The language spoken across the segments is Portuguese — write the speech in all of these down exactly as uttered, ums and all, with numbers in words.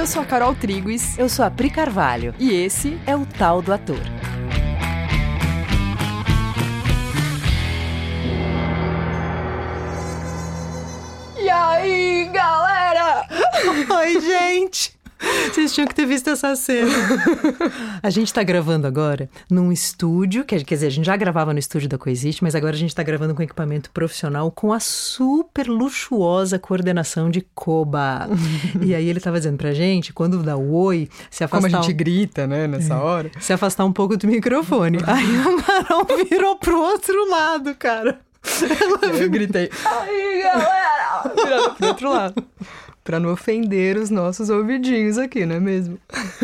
Eu sou a Carol Triguis. Eu sou a Pri Carvalho. E esse é o Tal do Ator. E aí, galera? Oi, gente! Vocês tinham que ter visto essa cena. A gente tá gravando agora num estúdio, quer dizer, a gente já gravava no estúdio da Coexiste, mas agora a gente tá gravando com equipamento profissional com a super luxuosa coordenação de Koba. E aí ele tava dizendo pra gente, quando dá o oi, se afastar... Como a gente um... grita, né, nessa hora. Se afastar um pouco do microfone. Aí a Carol virou pro outro lado, cara. Ela... Eu gritei, aí, galera! Virando pro outro lado. Pra não ofender os nossos ouvidinhos aqui, não é mesmo?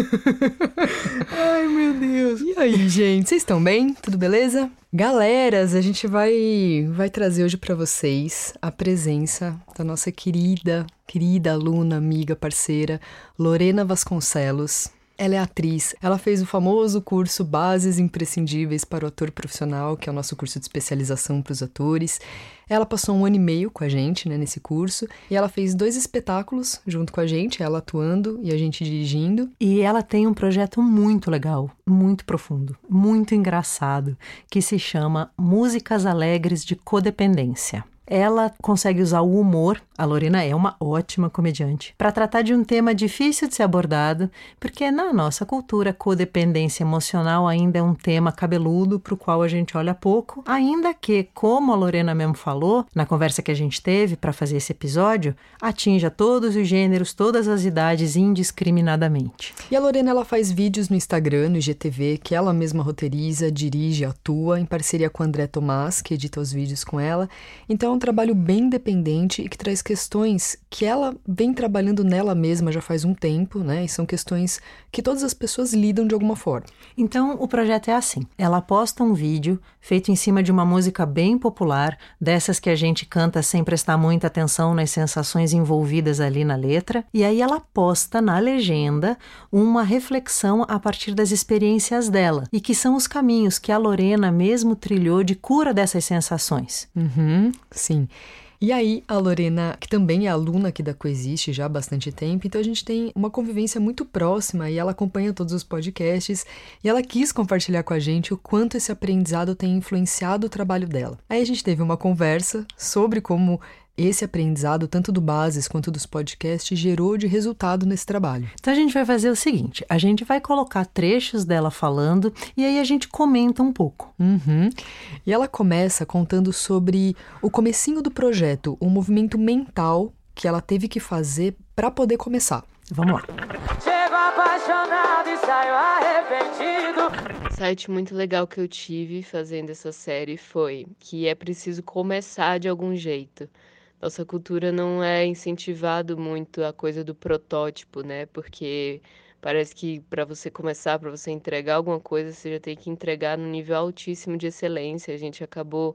Ai, meu Deus. E aí, gente? Vocês estão bem? Tudo beleza? Galeras, a gente vai, vai trazer hoje pra vocês a presença da nossa querida, querida aluna, amiga, parceira, Lorena Vasconcelos. Ela é atriz, ela fez o famoso curso Bases Imprescindíveis para o Ator Profissional, que é o nosso curso de especialização para os atores. Ela passou um ano e meio com a gente, né, nesse curso, e ela fez dois espetáculos junto com a gente, ela atuando e a gente dirigindo. E ela tem um projeto muito legal, muito profundo, muito engraçado, que se chama Músicas Alegres de Codependência. Ela consegue usar o humor, a Lorena é uma ótima comediante, para tratar de um tema difícil de ser abordado, porque na nossa cultura a codependência emocional ainda é um tema cabeludo para o qual a gente olha pouco, ainda que, como a Lorena mesmo falou, na conversa que a gente teve para fazer esse episódio, atinja todos os gêneros, todas as idades indiscriminadamente. E a Lorena, ela faz vídeos no Instagram, no I G T V, que ela mesma roteiriza, dirige, atua, em parceria com o André Tomás, que edita os vídeos com ela. Então é um trabalho bem independente e que traz questões que ela vem trabalhando nela mesma já faz um tempo, né? E são questões que todas as pessoas lidam de alguma forma. Então, o projeto é assim. Ela posta um vídeo feito em cima de uma música bem popular, dessas que a gente canta sem prestar muita atenção nas sensações envolvidas ali na letra, e aí ela posta na legenda uma reflexão a partir das experiências dela, e que são os caminhos que a Lorena mesmo trilhou de cura dessas sensações. Uhum, sim. E aí, a Lorena, que também é aluna aqui da Coexiste já há bastante tempo, então a gente tem uma convivência muito próxima e ela acompanha todos os podcasts e ela quis compartilhar com a gente o quanto esse aprendizado tem influenciado o trabalho dela. Aí a gente teve uma conversa sobre como esse aprendizado, tanto do Bases quanto dos podcasts, gerou de resultado nesse trabalho. Então a gente vai fazer o seguinte, a gente vai colocar trechos dela falando e aí a gente comenta um pouco. Uhum. E ela começa contando sobre o comecinho do projeto, o movimento mental que ela teve que fazer para poder começar. Vamos lá. Chego apaixonado e saio arrependido. Um insight muito legal que eu tive fazendo essa série foi que é preciso começar de algum jeito. Nossa cultura não é incentivado muito a coisa do protótipo, né? Porque parece que para você começar, para você entregar alguma coisa, você já tem que entregar num nível altíssimo de excelência. A gente acabou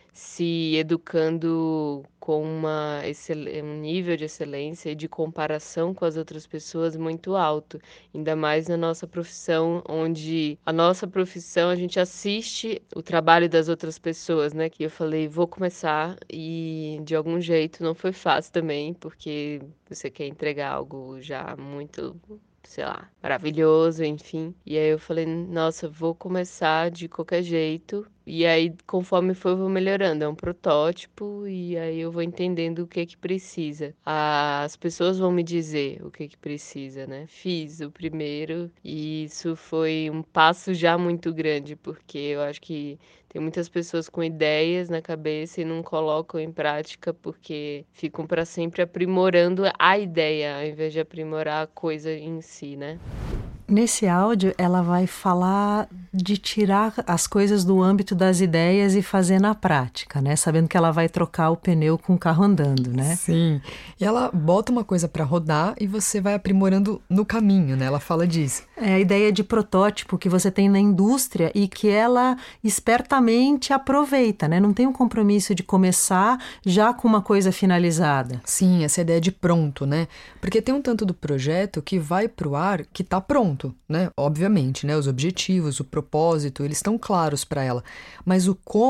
se educando com uma excel... um nível de excelência e de comparação com as outras pessoas muito alto, ainda mais na nossa profissão, onde a nossa profissão a gente assiste o trabalho das outras pessoas, né? Que eu falei, vou começar e de algum jeito não foi fácil também, porque você quer entregar algo já muito, sei lá, maravilhoso, enfim. E aí eu falei, nossa, vou começar de qualquer jeito. E aí, conforme for, eu vou melhorando. É um protótipo e aí eu vou entendendo o que que precisa. As pessoas vão me dizer o que que precisa, né? Fiz o primeiro e isso foi um passo já muito grande, porque eu acho que tem muitas pessoas com ideias na cabeça e não colocam em prática porque ficam para sempre aprimorando a ideia, ao invés de aprimorar a coisa em si, né? Nesse áudio, ela vai falar de tirar as coisas do âmbito das ideias e fazer na prática, né? Sabendo que ela vai trocar o pneu com o carro andando, né? Sim. E ela bota uma coisa para rodar e você vai aprimorando no caminho, né? Ela fala disso. É a ideia de protótipo que você tem na indústria e que ela espertamente aproveita, né? Não tem um compromisso de começar já com uma coisa finalizada. Sim, essa ideia de pronto, né? Porque tem um tanto do projeto que vai pro ar que tá pronto. Né? Obviamente, né? Os objetivos, o propósito, eles estão claros para ela. Mas o como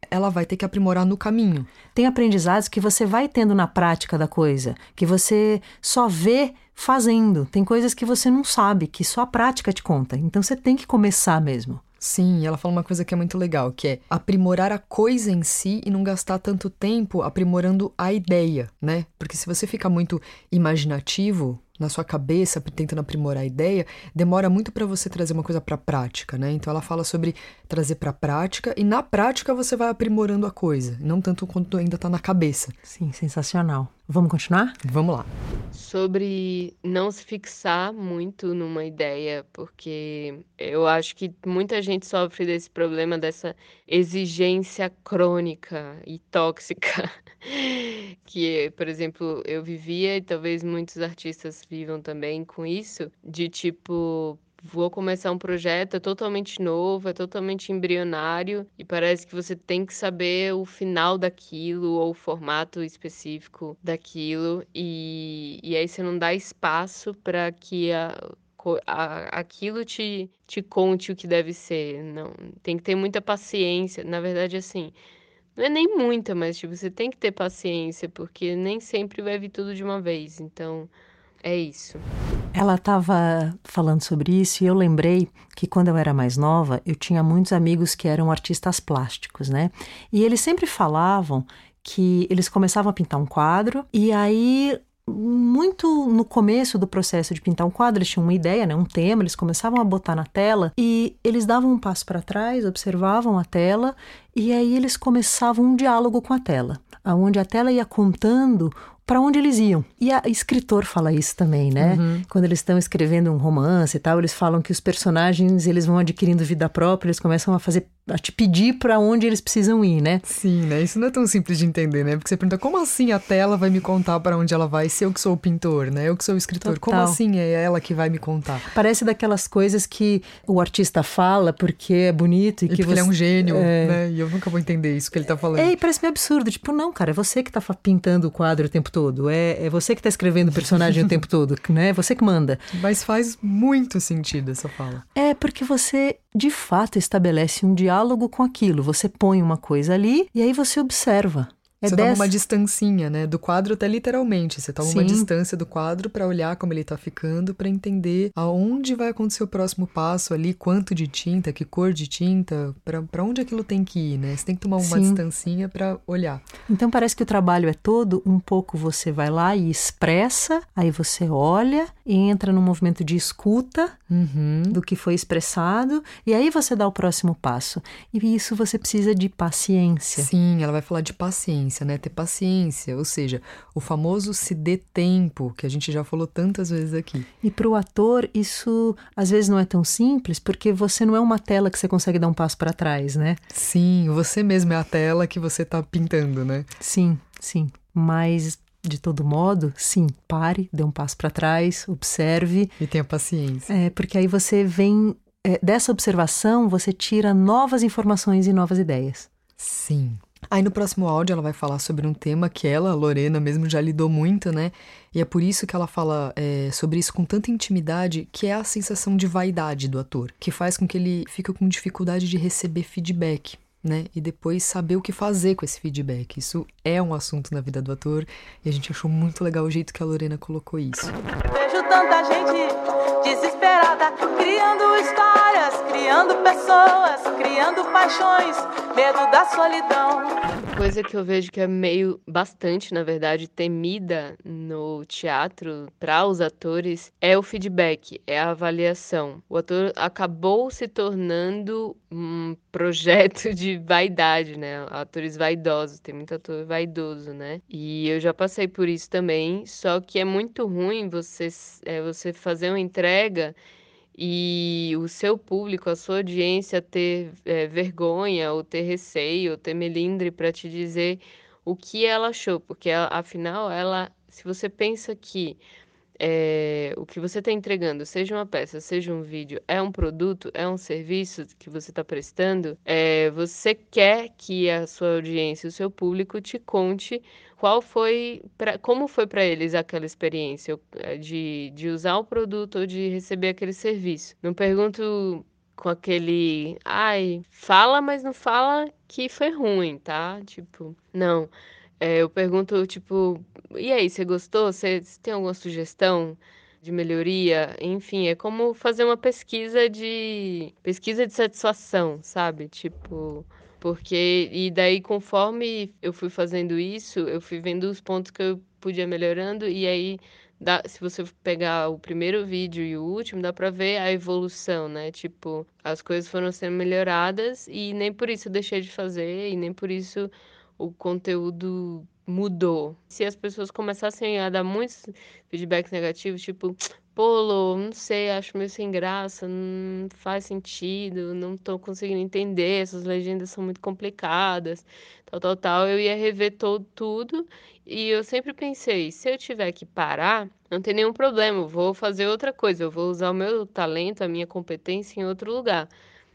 ela vai ter que aprimorar no caminho. Tem aprendizados que você vai tendo na prática da coisa, que você só vê fazendo. Tem coisas que você não sabe, que só a prática te conta. Então você tem que começar mesmo. Sim, ela fala uma coisa que é muito legal, que é aprimorar a coisa em si e não gastar tanto tempo aprimorando a ideia, né? Porque se você fica muito imaginativo na sua cabeça, tentando aprimorar a ideia, demora muito para você trazer uma coisa para a prática, né? Então ela fala sobre trazer para a prática e na prática você vai aprimorando a coisa, não tanto quanto ainda tá na cabeça. Sim, sensacional. Vamos continuar? Vamos lá. Sobre não se fixar muito numa ideia, porque eu acho que muita gente sofre desse problema, dessa exigência crônica e tóxica, que, por exemplo, eu vivia e talvez muitos artistas vivam também com isso, de tipo, vou começar um projeto, é totalmente novo, é totalmente embrionário e parece que você tem que saber o final daquilo ou o formato específico daquilo e, e aí você não dá espaço para que a, co- a- aquilo te, te conte o que deve ser. Não, tem que ter muita paciência. Na verdade, assim, não é nem muita, mas tipo, você tem que ter paciência porque nem sempre vai vir tudo de uma vez. Então, é isso. Ela estava falando sobre isso e eu lembrei que quando eu era mais nova, eu tinha muitos amigos que eram artistas plásticos, né? E eles sempre falavam que eles começavam a pintar um quadro e aí, muito no começo do processo de pintar um quadro, eles tinham uma ideia, né? Um tema, eles começavam a botar na tela e eles davam um passo para trás, observavam a tela e aí eles começavam um diálogo com a tela, onde a tela ia contando para onde eles iam. E a escritor fala isso também, né? Uhum. Quando eles estão escrevendo um romance e tal, eles falam que os personagens, eles vão adquirindo vida própria, eles começam a fazer, a te pedir para onde eles precisam ir, né? Sim, né? Isso não é tão simples de entender, né? Porque você pergunta, como assim a tela vai me contar para onde ela vai se eu que sou o pintor, né? Eu que sou o escritor. Total. Como assim é ela que vai me contar? Parece daquelas coisas que o artista fala porque é bonito e, e que porque você... ele é um gênio, é... né? E eu nunca vou entender isso que ele tá falando. É, e parece meio absurdo. Tipo, não, cara, é você que tá pintando o quadro o tempo todo. É, é você que tá escrevendo o personagem o tempo todo, né? É você que manda. Mas faz muito sentido essa fala. É, porque você, de fato, estabelece um diálogo com aquilo. Você põe uma coisa ali e aí você observa. É você dessa... toma uma distancinha, né? Do quadro até literalmente. Você toma Sim. uma distância do quadro para olhar como ele tá ficando, para entender aonde vai acontecer o próximo passo ali, quanto de tinta, que cor de tinta, para onde aquilo tem que ir, né? Você tem que tomar uma Sim. distancinha para olhar. Então parece que o trabalho é todo, um pouco você vai lá e expressa, aí você olha e entra num movimento de escuta uhum. do que foi expressado, e aí você dá o próximo passo. E isso você precisa de paciência. Sim, ela vai falar de paciência. Né? Ter paciência, ou seja, o famoso se dê tempo, que a gente já falou tantas vezes aqui. E para o ator, isso às vezes não é tão simples, porque você não é uma tela que você consegue dar um passo para trás, né? Sim, você mesmo é a tela que você está pintando, né? Sim, sim. Mas, de todo modo, sim, pare, dê um passo para trás, observe. E tenha paciência. É, porque aí você vem, é, dessa observação, você tira novas informações e novas ideias. Sim. Aí no próximo áudio ela vai falar sobre um tema que ela, Lorena, mesmo já lidou muito, né? E é por isso que ela fala é, sobre isso com tanta intimidade, que é a sensação de vaidade do ator, que faz com que ele fique com dificuldade de receber feedback, né? E depois saber o que fazer com esse feedback. Isso é um assunto na vida do ator e a gente achou muito legal o jeito que a Lorena colocou isso. Vejo tanta gente desesperada, criando histórias, criando pessoas, criando paixões, medo da solidão. Coisa que eu vejo que é meio, bastante, na verdade, temida no teatro para os atores é o feedback, é a avaliação. O ator acabou se tornando um projeto de vaidade, né? Atores vaidosos, tem muito ator vaidoso, né? E eu já passei por isso também, só que é muito ruim você, é, você fazer uma entrega e o seu público, a sua audiência ter é, vergonha ou ter receio ou ter melindre para te dizer o que ela achou, porque a- afinal ela, se você pensa que é, o que você está entregando, seja uma peça, seja um vídeo, é um produto, é um serviço que você está prestando, é, você quer que a sua audiência, o seu público te conte qual foi, pra, como foi para eles aquela experiência de, de usar o produto ou de receber aquele serviço. Não pergunto com aquele, ai, fala, mas não fala que foi ruim, tá? Tipo, não. É, eu pergunto, tipo, e aí, você gostou? Você você tem alguma sugestão de melhoria? Enfim, é como fazer uma pesquisa de pesquisa de satisfação, sabe? Tipo, porque e daí conforme eu fui fazendo isso, eu fui vendo os pontos que eu podia melhorando e aí dá, se você pegar o primeiro vídeo e o último, dá pra ver a evolução, né? Tipo, as coisas foram sendo melhoradas e nem por isso eu deixei de fazer e nem por isso o conteúdo mudou. Se as pessoas começassem a dar muitos feedbacks negativos, tipo, pô, Lô, não sei, acho meio sem graça, não faz sentido, não tô conseguindo entender, essas legendas são muito complicadas, tal, tal, tal, eu ia rever todo, tudo e eu sempre pensei, se eu tiver que parar, não tem nenhum problema, eu vou fazer outra coisa, eu vou usar o meu talento, a minha competência em outro lugar.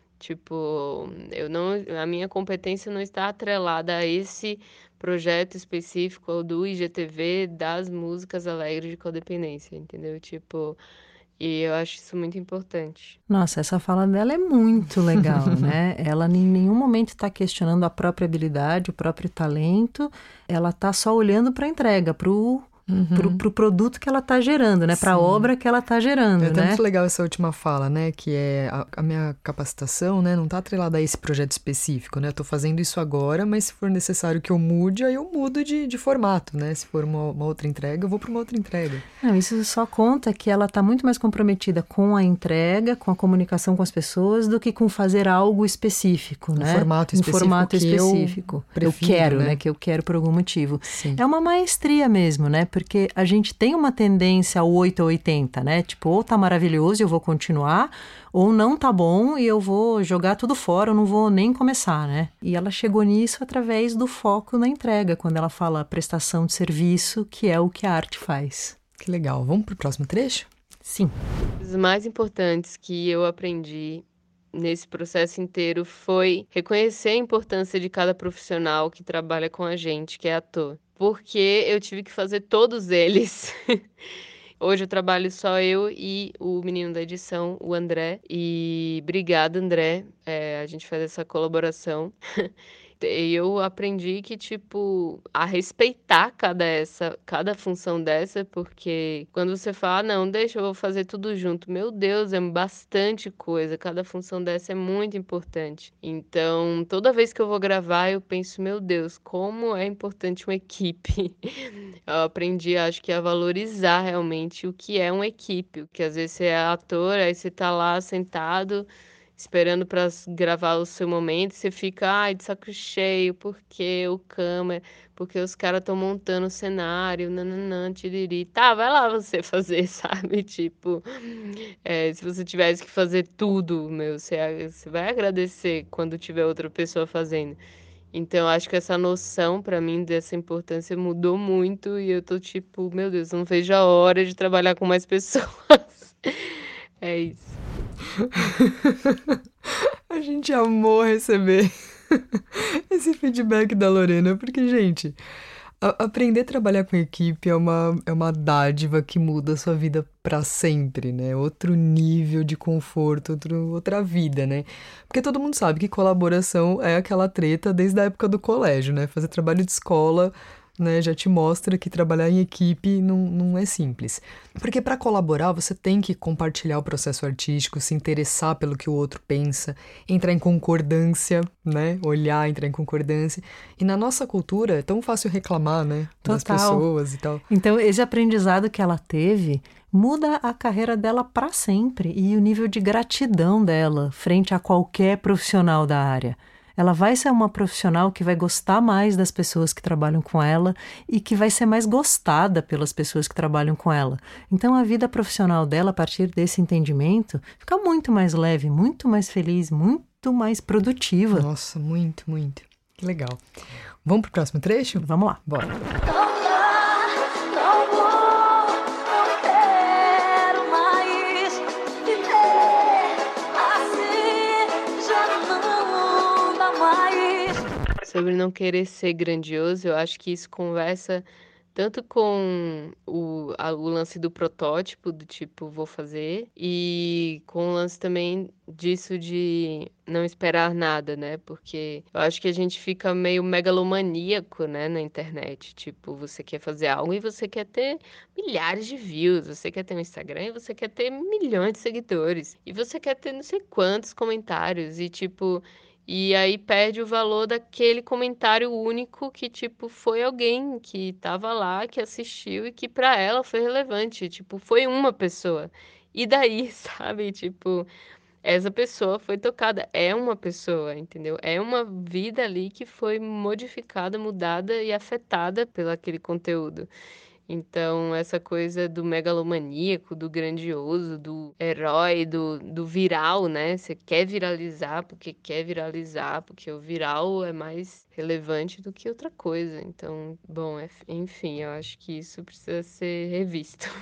Tipo, eu não, a minha competência não está atrelada a esse projeto específico do I G T V das músicas alegres de codependência, entendeu? Tipo, e eu acho isso muito importante. Nossa, essa fala dela é muito legal, né? Ela em nenhum momento está questionando a própria habilidade, o próprio talento. Ela está só olhando para a entrega, para o Uhum. Pro, pro produto que ela tá gerando, né? Pra obra que ela tá gerando, é né? É muito legal essa última fala, né? Que é a, a minha capacitação, né? Não tá atrelada a esse projeto específico, né? Eu tô fazendo isso agora, mas se for necessário que eu mude, aí eu mudo de, de formato, né? Se for uma, uma outra entrega, eu vou pra uma outra entrega. Não, isso só conta que ela tá muito mais comprometida com a entrega, com a comunicação com as pessoas, do que com fazer algo específico, né? Um formato específico. Um formato que específico. Eu, prefiro, eu quero, né? né? Que eu quero por algum motivo. Sim. É uma maestria mesmo, né? Porque a gente tem uma tendência ao oito ou oitenta, né? Tipo, ou tá maravilhoso e eu vou continuar, ou não tá bom e eu vou jogar tudo fora, eu não vou nem começar, né? E ela chegou nisso através do foco na entrega, quando ela fala prestação de serviço, que é o que a arte faz. Que legal. Vamos pro próximo trecho? Sim. Os mais importantes que eu aprendi nesse processo inteiro foi reconhecer a importância de cada profissional que trabalha com a gente, que é ator. Porque eu tive que fazer todos eles. Hoje eu trabalho só eu e o menino da edição, o André. E obrigada, André. É, a gente faz essa colaboração. E eu aprendi que, tipo, a respeitar cada, essa, cada função dessa, porque quando você fala, ah, não, deixa, eu vou fazer tudo junto. Meu Deus, é bastante coisa. Cada função dessa é muito importante. Então, toda vez que eu vou gravar, eu penso, meu Deus, como é importante uma equipe. Eu aprendi, acho que, a valorizar realmente o que é uma equipe. Porque às vezes você é ator, aí você tá lá sentado esperando para gravar o seu momento, você fica, ai, de saco cheio, porque o câmera, porque os caras estão montando o cenário, nananã, tiriri. Tá, vai lá você fazer, sabe? Tipo, é, se você tivesse que fazer tudo, meu, você, você vai agradecer quando tiver outra pessoa fazendo. Então, acho que essa noção, para mim, dessa importância mudou muito e eu tô tipo, meu Deus, não vejo a hora de trabalhar com mais pessoas. É isso. A gente amou receber esse feedback da Lorena, porque, gente, a- aprender a trabalhar com equipe é uma, é uma dádiva que muda a sua vida pra sempre, né? Outro nível de conforto, outro, outra vida, né? Porque todo mundo sabe que colaboração é aquela treta desde a época do colégio, né? Fazer trabalho de escola, né, já te mostra que trabalhar em equipe não, não é simples. Porque para colaborar, você tem que compartilhar o processo artístico, se interessar pelo que o outro pensa, entrar em concordância, né? Olhar, entrar em concordância. E na nossa cultura é tão fácil reclamar, né? Das Total. pessoas e tal. Então, esse aprendizado que ela teve muda a carreira dela para sempre e o nível de gratidão dela frente a qualquer profissional da área. Ela vai ser uma profissional que vai gostar mais das pessoas que trabalham com ela e que vai ser mais gostada pelas pessoas que trabalham com ela. Então, a vida profissional dela, a partir desse entendimento, fica muito mais leve, muito mais feliz, muito mais produtiva. Nossa, muito, muito. Que legal. Vamos pro próximo trecho? Vamos lá. Bora. Sobre não querer ser grandioso, eu acho que isso conversa Tanto com o, a, o lance do protótipo, do tipo, vou fazer, e com o lance também disso de não esperar nada, né? Porque eu acho que a gente fica meio megalomaníaco, né, na internet. Tipo, você quer fazer algo e você quer ter milhares de views, você quer ter um Instagram e você quer ter milhões de seguidores, e você quer ter não sei quantos comentários, e tipo... E aí perde o valor daquele comentário único que, tipo, foi alguém que tava lá, que assistiu e que pra ela foi relevante. Tipo, foi uma pessoa. E daí, sabe? Tipo, essa pessoa foi tocada. É uma pessoa, entendeu? É uma vida ali que foi modificada, mudada e afetada pelo aquele conteúdo. Então, essa coisa do megalomaníaco, do grandioso, do herói, do, do viral, né? Você quer viralizar porque quer viralizar, porque o viral é mais relevante do que outra coisa. Então, bom, é, enfim, eu acho que isso precisa ser revisto.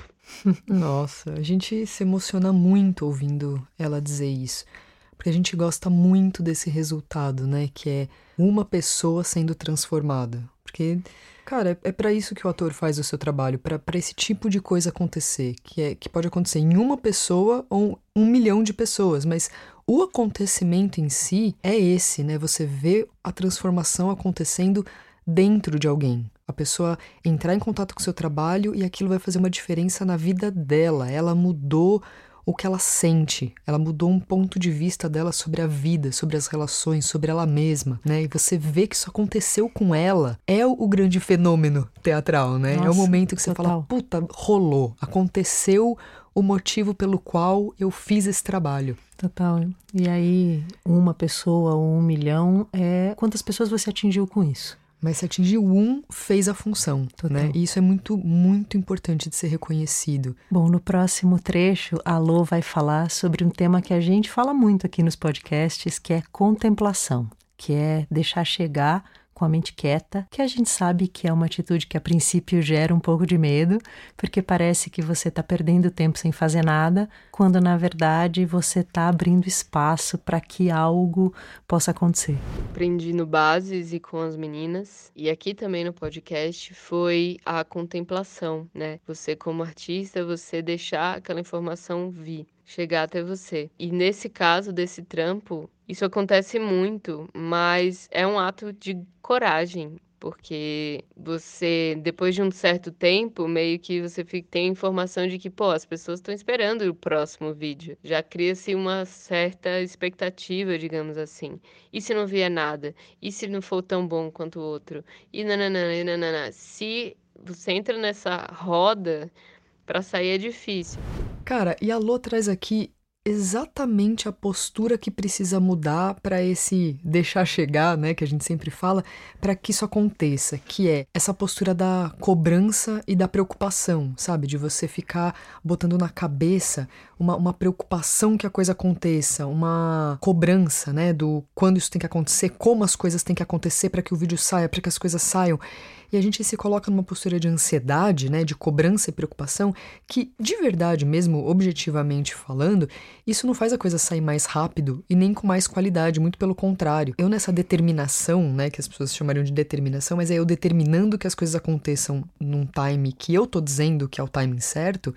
Nossa, a gente se emociona muito ouvindo ela dizer isso. Porque a gente gosta muito desse resultado, né? Que é uma pessoa sendo transformada. Porque, cara, é, é para isso que o ator faz o seu trabalho, para esse tipo de coisa acontecer, que, é, que pode acontecer em uma pessoa ou um milhão de pessoas, mas o acontecimento em si é esse, né? Você vê a transformação acontecendo dentro de alguém. A pessoa entrar em contato com o seu trabalho e aquilo vai fazer uma diferença na vida dela. Ela mudou o que ela sente, ela mudou um ponto de vista dela sobre a vida, sobre as relações, sobre ela mesma, né? E você vê que isso aconteceu com ela, é o, o grande fenômeno teatral, né? Nossa, é o momento que você total. fala, puta, rolou, aconteceu o motivo pelo qual eu fiz esse trabalho. Total. E aí, uma pessoa ou um milhão, é quantas pessoas você atingiu com isso? Mas se atingiu um, fez a função, né? E isso é muito, muito importante de ser reconhecido. Bom, no próximo trecho, a Lô vai falar sobre um tema que a gente fala muito aqui nos podcasts, que é contemplação, que é deixar chegar com a mente quieta, que a gente sabe que é uma atitude que a princípio gera um pouco de medo, porque parece que você está perdendo tempo sem fazer nada, quando na verdade você está abrindo espaço para que algo possa acontecer. Aprendi no Bases e com as meninas, e aqui também no podcast, foi a contemplação, né? Você como artista, você deixar aquela informação vir, chegar até você. E nesse caso desse trampo, isso acontece muito, mas é um ato de coragem, porque você, depois de um certo tempo, meio que você fica, tem a informação de que, pô, as pessoas estão esperando o próximo vídeo. Já cria-se uma certa expectativa, digamos assim. E se não vier nada? E se não for tão bom quanto o outro? E nananã, e nananã. Se você entra nessa roda, para sair é difícil. Cara, e a Lô traz aqui exatamente a postura que precisa mudar para esse deixar chegar, né, que a gente sempre fala, para que isso aconteça, que é essa postura da cobrança e da preocupação, sabe? De você ficar botando na cabeça uma, uma preocupação que a coisa aconteça, uma cobrança, né, do quando isso tem que acontecer, como as coisas têm que acontecer para que o vídeo saia, para que as coisas saiam. E a gente se coloca numa postura de ansiedade, né, de cobrança e preocupação, que, de verdade mesmo, objetivamente falando, isso não faz a coisa sair mais rápido e nem com mais qualidade, muito pelo contrário. Eu nessa determinação, né, que as pessoas chamariam de determinação, mas é eu determinando que as coisas aconteçam num time que eu tô dizendo que é o timing certo,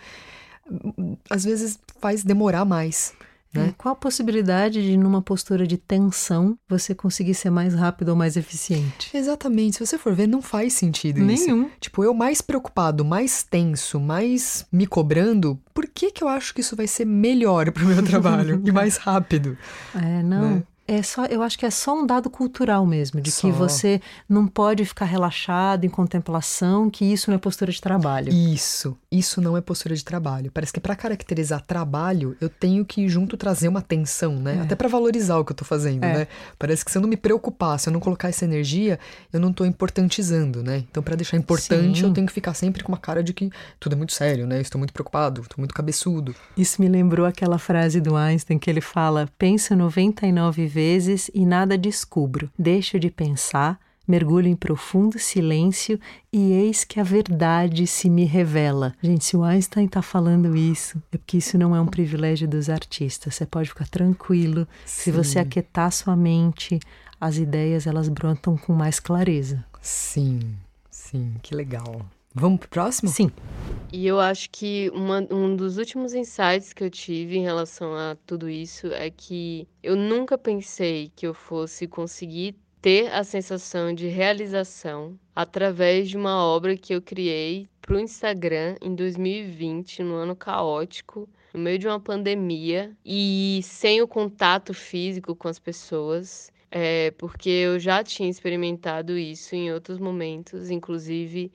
às vezes faz demorar mais. Né? Qual a possibilidade de, numa postura de tensão, você conseguir ser mais rápido ou mais eficiente? Exatamente. Se você for ver, não faz sentido isso. Nenhum. Tipo, eu mais preocupado, mais tenso, mais me cobrando, por que que eu acho que isso vai ser melhor pro meu trabalho e mais rápido? É, não... Né? É só, eu acho que é só um dado cultural mesmo, de Só. que você não pode ficar relaxado em contemplação, que isso não é postura de trabalho. Isso, isso não é postura de trabalho. Parece que para caracterizar trabalho, eu tenho que junto trazer uma tensão, né? É. Até para valorizar o que eu tô fazendo, É. né? Parece que se eu não me preocupar, se eu não colocar essa energia, eu não tô importantizando, né? Então para deixar importante, Sim. eu tenho que ficar sempre com uma cara de que tudo é muito sério, né? Estou muito preocupado, estou muito cabeçudo. Isso me lembrou aquela frase do Einstein que ele fala: penso noventa e nove vezes e nada descubro. Deixo de pensar, mergulho em profundo silêncio e eis que a verdade se me revela. Gente, se o Einstein está falando isso, é porque isso não é um privilégio dos artistas. Você pode ficar tranquilo. Sim. Se você aquietar sua mente, as ideias elas brotam com mais clareza. Sim, sim, que legal. Vamos pro próximo? Sim. E eu acho que uma, um dos últimos insights que eu tive em relação a tudo isso é que eu nunca pensei que eu fosse conseguir ter a sensação de realização através de uma obra que eu criei para o Instagram em dois mil e vinte, num ano caótico, no meio de uma pandemia e sem o contato físico com as pessoas. É, porque eu já tinha experimentado isso em outros momentos, inclusive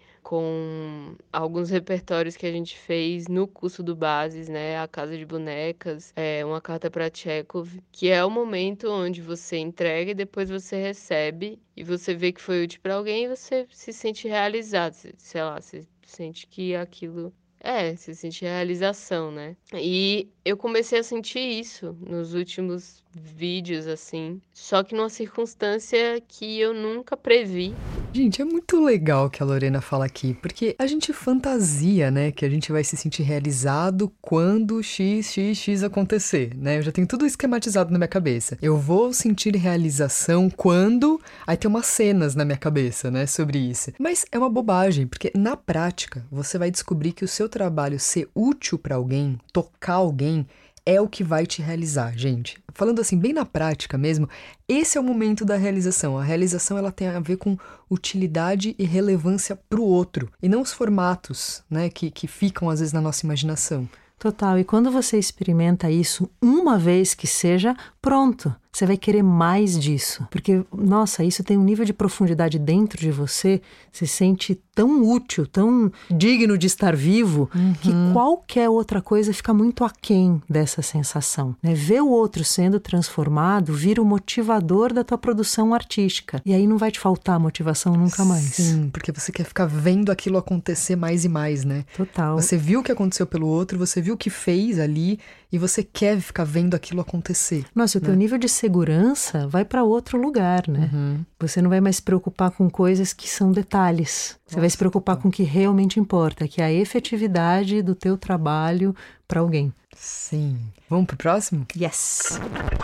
com alguns repertórios que a gente fez no curso do Bases, né? A Casa de Bonecas, é, Uma Carta para Tchekov, que é o momento onde você entrega e depois você recebe e você vê que foi útil para alguém e você se sente realizado, sei lá, você sente que aquilo... É, você sente realização, né? E eu comecei a sentir isso nos últimos vídeos, assim. Só que numa circunstância que eu nunca previ. Gente, é muito legal o que a Lorena fala aqui, porque a gente fantasia, né, que a gente vai se sentir realizado quando X, X, X acontecer, né? Eu já tenho tudo esquematizado na minha cabeça. Eu vou sentir realização quando... Aí tem umas cenas na minha cabeça, né, sobre isso. Mas é uma bobagem, porque na prática, você vai descobrir que o seu trabalho ser útil para alguém, tocar alguém, é o que vai te realizar, gente. Falando assim, bem na prática mesmo, esse é o momento da realização. A realização, ela tem a ver com utilidade e relevância para o outro, e não os formatos, né, que, que ficam às vezes na nossa imaginação. Total, e quando você experimenta isso uma vez que seja, pronto, você vai querer mais disso. Porque, nossa, isso tem um nível de profundidade dentro de você, você se sente tão útil, tão digno de estar vivo, uhum. que qualquer outra coisa fica muito aquém dessa sensação. Né? Ver o outro sendo transformado vira o motivador da tua produção artística. E aí não vai te faltar motivação nunca mais. Sim, porque você quer ficar vendo aquilo acontecer mais e mais, né? Total. Você viu o que aconteceu pelo outro, você viu o que fez ali e você quer ficar vendo aquilo acontecer. Nossa, o né? teu nível de segurança vai para outro lugar, né? Uhum. Você não vai mais se preocupar com coisas que são detalhes. Você Nossa, vai se preocupar total. com o que realmente importa, que é a efetividade do teu trabalho para alguém. Sim. Vamos pro próximo? Yes!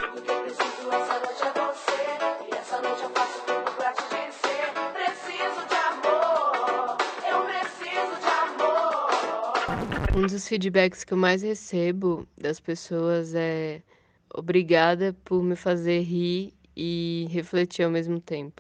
Um dos feedbacks que eu mais recebo das pessoas é obrigada por me fazer rir e refletir ao mesmo tempo.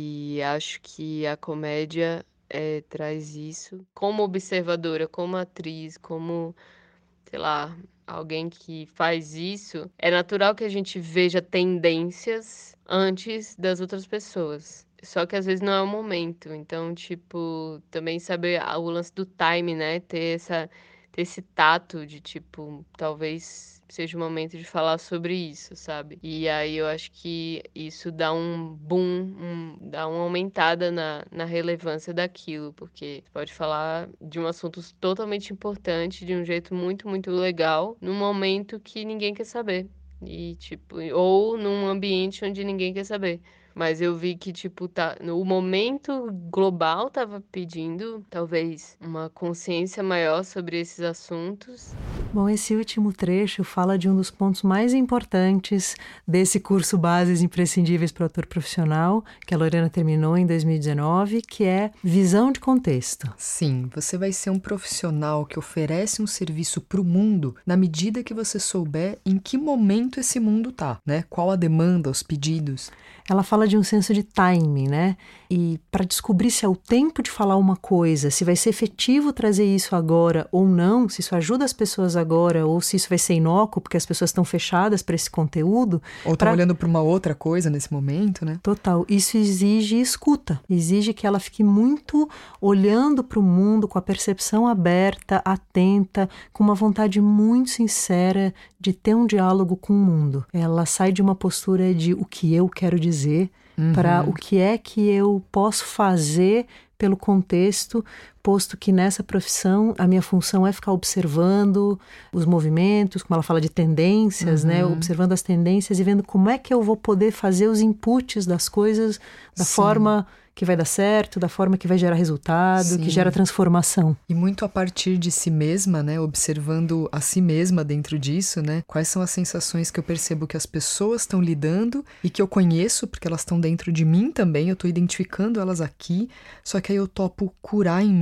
E acho que a comédia é, traz isso. Como observadora, como atriz, como, sei lá, alguém que faz isso, é natural que a gente veja tendências antes das outras pessoas. Só que às vezes não é o momento. Então, tipo, também saber o lance do time, né? Ter essa... esse tato de, tipo, talvez seja o momento de falar sobre isso, sabe? E aí eu acho que isso dá um boom, um, dá uma aumentada na, na relevância daquilo, porque você pode falar de um assunto totalmente importante, de um jeito muito, muito legal, num momento que ninguém quer saber. E, tipo, ou num ambiente onde ninguém quer saber. Mas eu vi que, tipo, tá, o momento global tava pedindo, talvez, uma consciência maior sobre esses assuntos. Bom, esse último trecho fala de um dos pontos mais importantes desse curso Bases Imprescindíveis para o Ator Profissional, que a Lorena terminou em dois mil e dezenove, que é visão de contexto. Sim, você vai ser um profissional que oferece um serviço para o mundo na medida que você souber em que momento esse mundo tá, né? Qual a demanda, os pedidos. Ela fala de um senso de timing, né? E para descobrir se é o tempo de falar uma coisa, se vai ser efetivo trazer isso agora ou não, se isso ajuda as pessoas agora ou se isso vai ser inócuo porque as pessoas estão fechadas para esse conteúdo. Ou estão pra... olhando para uma outra coisa nesse momento, né? Total. Isso exige escuta. Exige que ela fique muito olhando para o mundo com a percepção aberta, atenta, com uma vontade muito sincera de ter um diálogo com o mundo. Ela sai de uma postura de o que eu quero dizer Uhum. para o que é que eu posso fazer pelo contexto, posto que nessa profissão a minha função é ficar observando os movimentos, como ela fala de tendências, uhum. né? Observando as tendências e vendo como é que eu vou poder fazer os inputs das coisas da Sim. forma que vai dar certo, da forma que vai gerar resultado, Sim. que gera transformação. E muito a partir de si mesma, né? Observando a si mesma dentro disso, né? Quais são as sensações que eu percebo que as pessoas estão lidando e que eu conheço, porque elas estão dentro de mim também, eu estou identificando elas aqui, só que aí eu topo curar em mim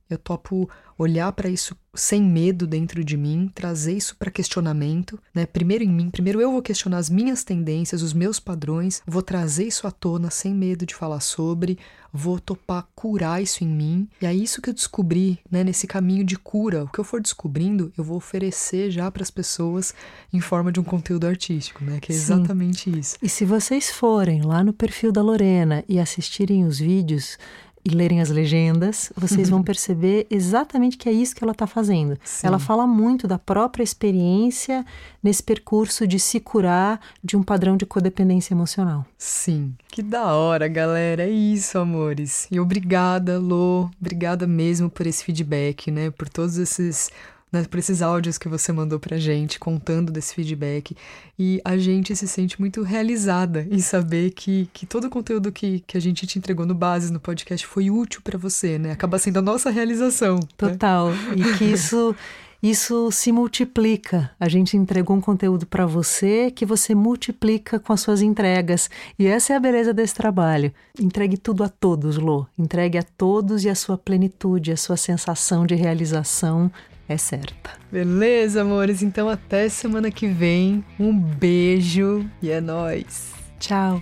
Eu topo olhar para isso sem medo dentro de mim, trazer isso para questionamento, né? Primeiro em mim, primeiro eu vou questionar as minhas tendências, os meus padrões, vou trazer isso à tona sem medo de falar sobre, vou topar curar isso em mim. E é isso que eu descobri, né, nesse caminho de cura. O que eu for descobrindo, eu vou oferecer já para as pessoas em forma de um conteúdo artístico, né? Que é exatamente Sim. isso. E se vocês forem lá no perfil da Lorena e assistirem os vídeos e lerem as legendas, vocês vão perceber exatamente que é isso que ela está fazendo. Sim. Ela fala muito da própria experiência nesse percurso de se curar de um padrão de codependência emocional. Sim, que da hora, galera. É isso, amores. E obrigada, Lô. Obrigada mesmo por esse feedback, né? Por todos esses... por esses áudios que você mandou pra gente, contando desse feedback. E a gente se sente muito realizada em saber que, que todo o conteúdo que, que a gente te entregou no Bases, no podcast, foi útil pra você, né? Acaba sendo a nossa realização. Total. Né? E que isso... Isso se multiplica. A gente entregou um conteúdo para você que você multiplica com as suas entregas. E essa é a beleza desse trabalho. Entregue tudo a todos, Lô. Entregue a todos e a sua plenitude, a sua sensação de realização é certa. Beleza, amores? Então até semana que vem. Um beijo e é nóis. Tchau.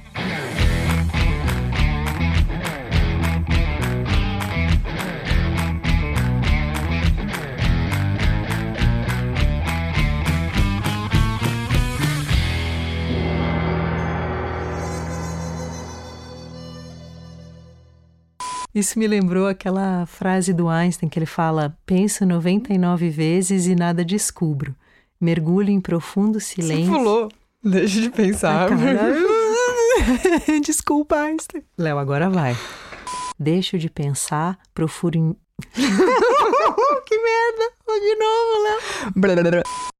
Isso me lembrou aquela frase do Einstein que ele fala: penso noventa e nove vezes e nada descubro. Mergulho em profundo silêncio. Você pulou. Deixa de pensar. Ah, desculpa, Einstein. Léo, agora vai. Deixo de pensar, procuro em... Que merda! De novo, Léo.